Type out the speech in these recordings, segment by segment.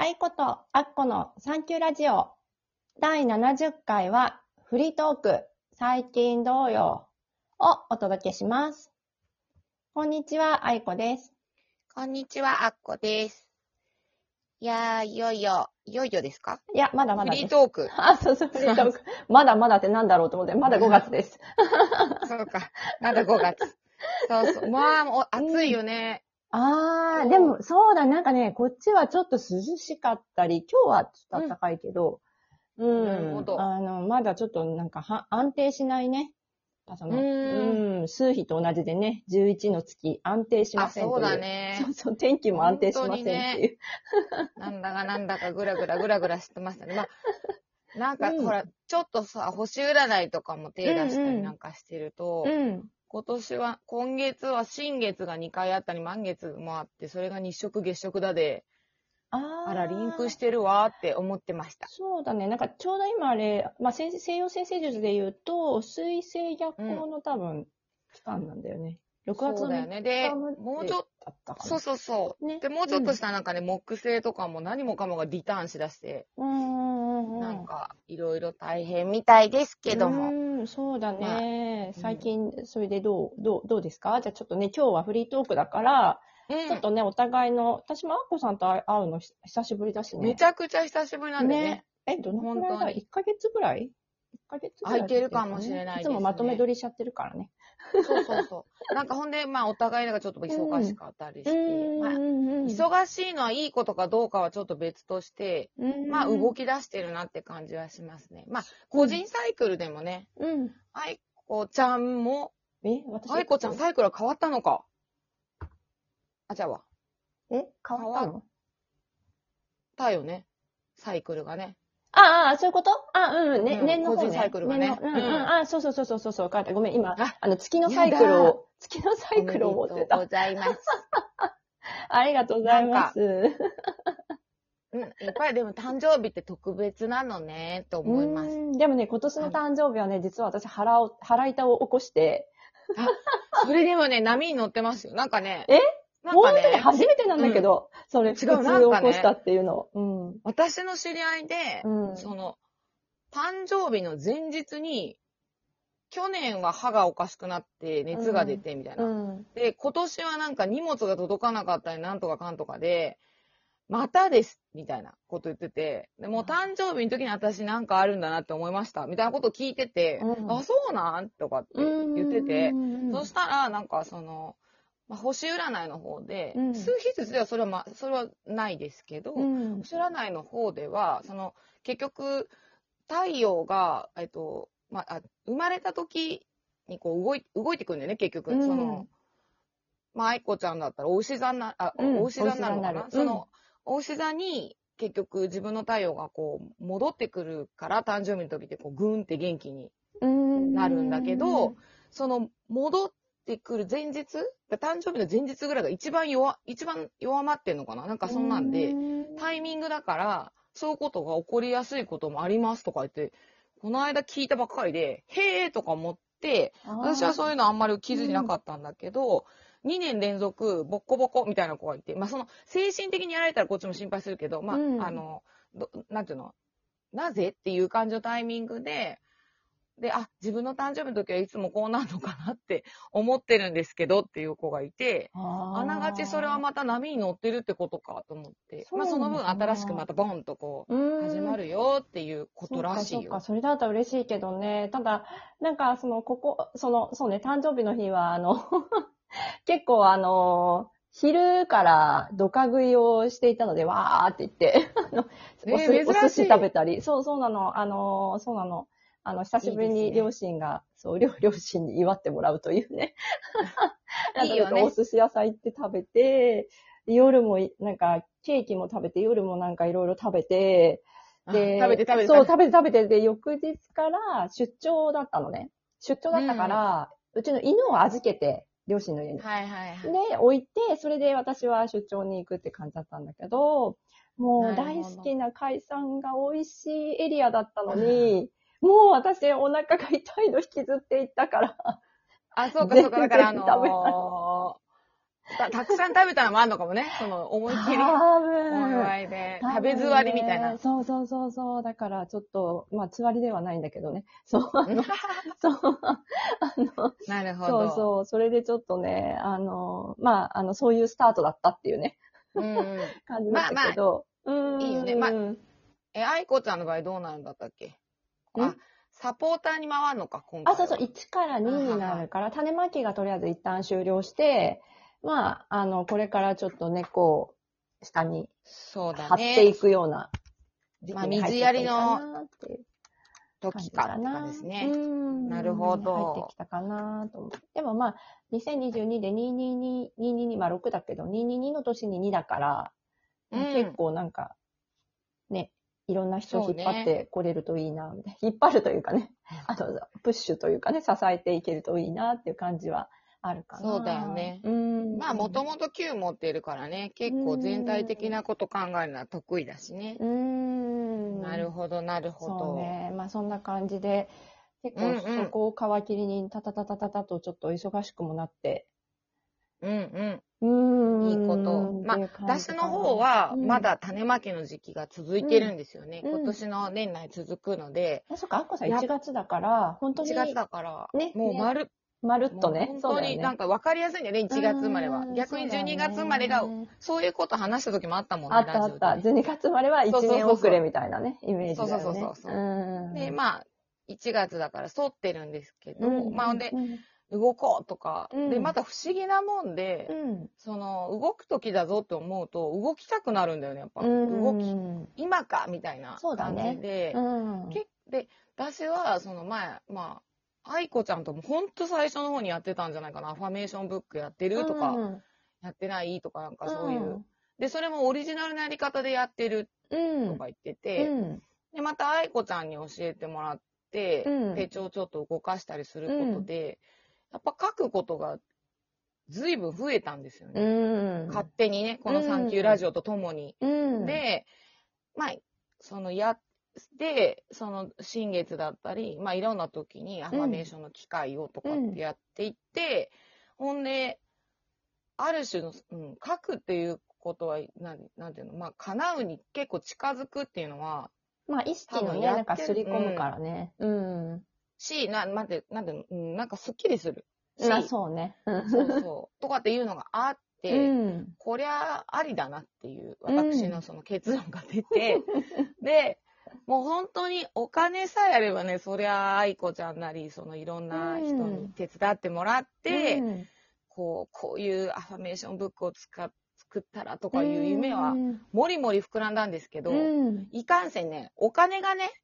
愛子とアッコのサンキューラジオ第70回はフリートーク最近どうよをお届けします。こんにちは、愛子です。 こんにちは、アッコです。いやー、いよいよですか？ いや、まだまだです。 フリートーク。 そう、フリートーク。まだまだってなんだろうと思って、まだ5月です。 そうか、まだ5月。そう。まあ、暑いよね。 でも、そうだ、なんかね、こっちはちょっと涼しかったり、今日はちょっと暖かいけど、 なるほど。 まだちょっとなんか安定しないね。数日と同じでね、11の月、安定しませんという。 そうだね。 そう、天気も安定しませんっていう。 ね、なんだかぐらぐらしてましたね。まあ、なんか、ほら、ちょっとさ、星占いとかも手出したりなんかしてると、今月は新月が2回あったり、満月もあって、それが日食月食だで、あら、リンクしてるわって思ってました。 そうだね。なんかちょうど今あれ、西洋占星術で言うと、水星逆行の多分、期間なんだよね。6月のそうだよね。で、もうちょっと、そう。ね、で、もうちょっとしたなんかね、木星とかも何もかもがリターンしだして、なんか、いろいろ大変みたいですけども。 そうだね。最近、それでどうですか？じゃあちょっとね、今日はフリートークだから、ちょっとね、お互いの、私もアッコさんと会うの久しぶりだしね。 めちゃくちゃ久しぶりなんだよね。 どのくらいだ？ 1 ヶ月ぐらい？ 1 ヶ月ぐらい、 いけるかもしれないですね。 いつもまとめ撮りしちゃってるからね。 そう。なんかほんで、お互いがちょっと忙しかったりして、忙しいのはいいことかどうかはちょっと別として、動き出してるなって感じはしますね。個人サイクルでもね、愛子ちゃんも、愛子ちゃんサイクルは変わったのか。じゃあわ。 変わったの？ だよね。サイクルがね。 そういうこと？年の方ね。 個人サイクルがね。 そう。分かった。ごめん、今、月のサイクルを持ってた。 ありがとうございます。 ありがとうございます。 やっぱりでも誕生日って特別なのね、と思います。 でもね、今年の誕生日はね、実は私腹痛を起こして。 それでもね、波に乗ってますよ。なんかね。 本当に初めてなんだけど、それ、普通起こしたっていうの。 私の知り合いで、誕生日の前日に、去年は歯がおかしくなって熱が出てみたいな。で、今年はなんか荷物が届かなかったりなんとかかんとかで、またですみたいなこと言ってて、でもう誕生日の時に私なんかあるんだなって思いましたみたいなことを聞いてて、そうなんとかって言ってて、そしたらなんか星占いの方で、数日ずつではそれはないですけど、星占いの方では、結局、太陽が、生まれた時にこう動いてくるんだよね、結局。愛子ちゃんだったら、お牛座になるのかな？お牛座に、結局自分の太陽がこう、戻ってくるから、誕生日の時ってこう、ぐーんって元気になるんだけど、戻ってくる前日、誕生日の前日ぐらいが一番弱まってんのかな？なんかそんなんで、タイミングだから、そういうことが起こりやすいこともありますとか言って、この間聞いたばっかりで、へーとか思って、私はそういうのあんまり気づいてなかったんだけど、2年連続ボッコボコみたいな子がいて、精神的にやられたらこっちも心配するけど、なんていうの、なぜっていう感じのタイミングで、自分の誕生日の時はいつもこうなるのかなって思ってるんですけどっていう子がいて、あながちそれはまた波に乗ってるってことかと思って、その分新しくまたボンとこう、始まるよっていうことらしいよ。 そうか、それだったら嬉しいけどね。ただ、なんかそうね、誕生日の日は、結構昼からドカ食いをしていたので、わーって言って、お寿司食べたり。そうなの。久しぶりに両親に祝ってもらうというね。いいよね。お寿司屋さん行って食べて、夜もなんかケーキも食べて、夜もなんかいろいろ食べて、で、食べて、で、翌日から出張だったのね。出張だったから、うちの犬を預けて、両親の家に。で、置いて、それで私は出張に行くって感じだったんだけど、もう大好きな海産が美味しいエリアだったのに、もう私お腹が痛いの引きずっていったから。 そうか。だからたくさん食べたのもあるのかもね。その、思いっきり。 多分。 お祝いで。食べ座りみたいな。 そうそうそうそう。だからちょっと、まあ、つわりではないんだけどね。そう、そう、 なるほど。 そうそう。それでちょっとね、まあ、そういうスタートだったっていうね。感じだったけど。 いいよね。まあ、愛子ちゃんの場合どうなるんだったっけ？サポーターに回るのか、今回は。 そうそう、1から2になるから、種まきがとりあえず一旦終了して、まあ、これからちょっと猫を下に張っていくような時期に入ってきたかなっていう時かって感じですね。なるほど。 入ってきたかなと思って。でもまあ、2022で222、まあ6だけど、222の年に2だから、結構なんか、ね、いろんな人を引っ張ってこれるといいな、みたいな。引っ張るというかね、プッシュというかね、支えていけるといいなっていう感じはあるかな。 そうだよね。まあ、もともと9持ってるからね、結構全体的なこと考えるのは得意だしね。なるほど、なるほど。 そうね。まあ、そんな感じで、結構そこを皮切りにタタタタタタとちょっと忙しくもなって。 いいこと。まあ、私の方は、まだ種まきの時期が続いてるんですよね。今年の年内続くので。 そっか、あっこさん1月だから、本当に。 1月だから、 ね、 もうまるっとね。 本当になんか分かりやすいんだよね、1月生まれは。逆に12月生まれが、そういうこと話した時もあったもんね、 あったあった。12月生まれは1年遅れみたいなね、イメージだよね。 そう。で、まあ、1月だから沿ってるんですけど、まあ、で、動こうとか、で、また不思議なもんで、その、動く時だぞって思うと、動きたくなるんだよね、やっぱ。今かみたいな感じで。で、私は、その前、まあ、愛子ちゃんともほんと最初の方にやってたんじゃないかな。アファメーションブックやってるとか、やってないとか、なんかそういう。で、それもオリジナルなやり方でやってるとか言ってて、で、また愛子ちゃんに教えてもらって、手帳ちょっと動かしたりすることで、やっぱ書くことが随分増えたんですよね。勝手にね、このサンキューラジオとともに。で、まあ、そのその新月だったり、まあいろんな時にアファメーションの機会をとかってやっていって、ほんで、ある種の、書くっていうことは、なんていうの、まあ叶うに結構近づくっていうのは、 まあ意識のね、なんかすり込むからね。 なんかすっきりする。 そうね。 そう。とかっていうのがあって、こりゃありだなっていう、私のその結論が出て、で、もう本当にお金さえあればね、そりゃ愛子ちゃんなり、そのいろんな人に手伝ってもらって、こういうアファメーションブックを作ったらとかいう夢は、もりもり膨らんだんですけど、いかんせんね、お金がね、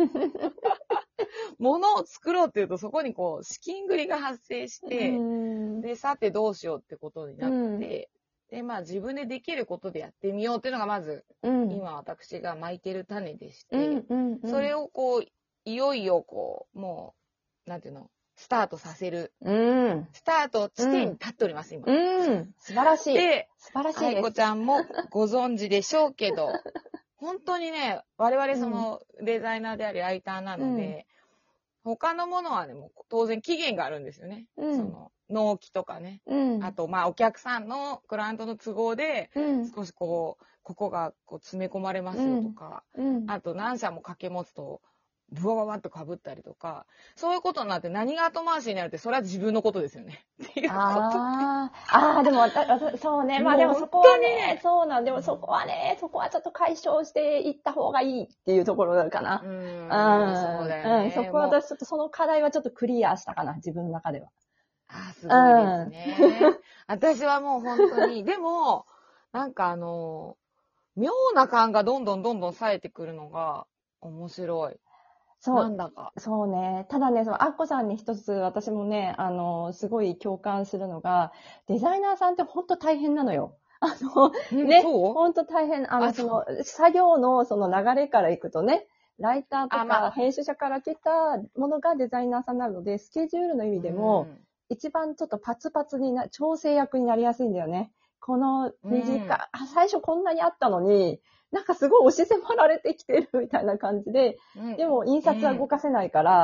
物を作ろうっていうとそこにこう資金繰りが発生して、で、さてどうしようってことになって、で、まあ自分でできることでやってみようっていうのがまず、今私が巻いてる種でして、それをこう、いよいよこう、もう、なんていうの、スタートさせる。スタート地点に立っております、今。 素晴らしい。 で、 素晴らしいです。 愛子ちゃんもご存知でしょうけど、本当にね、我々そのデザイナーでありライターなので、他のものはね、もう当然期限があるんですよね。その納期とかね。あと、まあ、お客さんのクライアントの都合で、少しここがこう詰め込まれますよとか、あと何社も掛け持つと、ブワワワッと被ったりとか、そういうことになって何が後回しになるって、それは自分のことですよね。っていうことでも、そうね。まあでもそこはね、そうなんでもそこはちょっと解消していった方がいいっていうところかな。 そうだよね。 そこは私ちょっとその課題はちょっとクリアしたかな、自分の中では。 すごいですね。私はもう本当に、でも、なんか妙な感がどんどん冴えてくるのが面白い。なんだか。 そうね。ただね、その、アッコさんに一つ私もね、すごい共感するのが、デザイナーさんって本当大変なのよ。ね、本当大変。その、作業のその流れからいくとね、ライターとか編集者から来たものがデザイナーさんになるので、スケジュールの意味でも、一番ちょっとパツパツに調整役になりやすいんだよね。この最初こんなにあったのに、なんかすごい押し迫られてきてるみたいな感じで、でも印刷は動かせないから、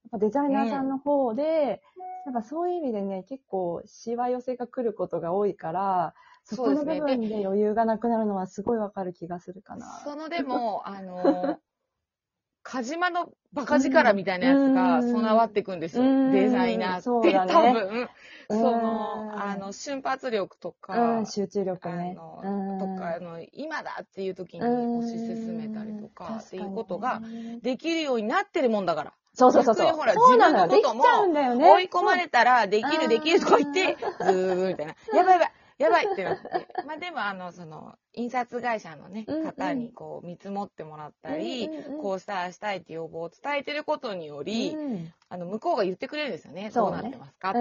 ぱデザイナーさんの方で、なんかそういう意味でね、結構しわ寄せが来ることが多いから、そこの部分で余裕がなくなるのはすごいわかる気がするかな。 でも、カジマのバカ力みたいなやつが備わっていくんですよ。デザイナーって、ね、多分、瞬発力とか、 集中力ね。 とか、今だっていう時に推し進めたりとか、っていうことができるようになってるもんだから。 そう。 ほら、自分のことも追い込まれたら、できるとか言って、みたいな。やばいってなって。まあでも、印刷会社のね、方にこう見積もってもらったり、こうしたいって要望を伝えてることにより、向こうが言ってくれるんですよね。どうなってますかって。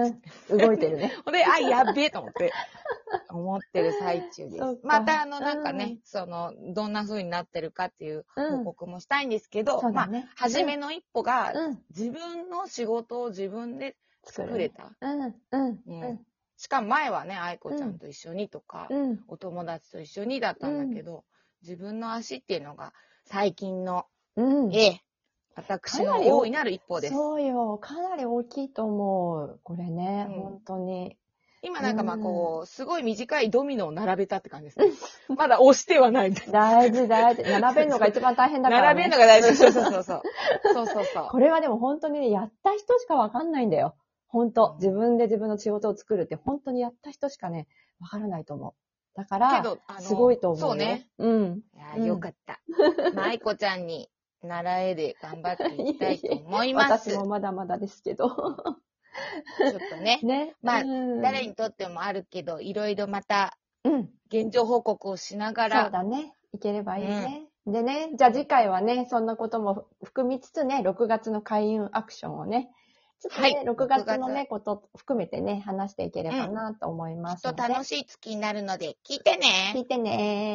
動いてるね。 で、やっべえと思ってる最中です。またなんかね、どんな風になってるかっていう報告もしたいんですけど、まあ、初めの一歩が、自分の仕事を自分で作れた。しかも前はね、愛子ちゃんと一緒にとか、お友達と一緒にだったんだけど、自分の足っていうのが最近の、私の大いなる一歩です。 そうよ。かなり大きいと思う。これね、本当に。 今なんかまあこう、すごい短いドミノを並べたって感じですね。まだ押してはないみたいな。 大事。並べるのが一番大変だからね。 並べるのが大事。そう。 これはでも本当にね、やった人しかわかんないんだよ。本当、自分で自分の仕事を作るって本当にやった人しかね、わからないと思う。だから、すごいと思うよ。 そうね。よかった。愛子ちゃんに習えで頑張っていきたいと思います。 私もまだまだですけど。 ちょっとね。まあ、誰にとってもあるけど、いろいろまた、現状報告をしながら。 そうだね。いければいいね。でね、じゃあ次回はね、そんなことも含みつつね、6月の開運アクションをね、ちょっとね、6月のね、こと含めてね、話していければなと思います。 きっと楽しい月になるので、聞いてね。 聞いてね。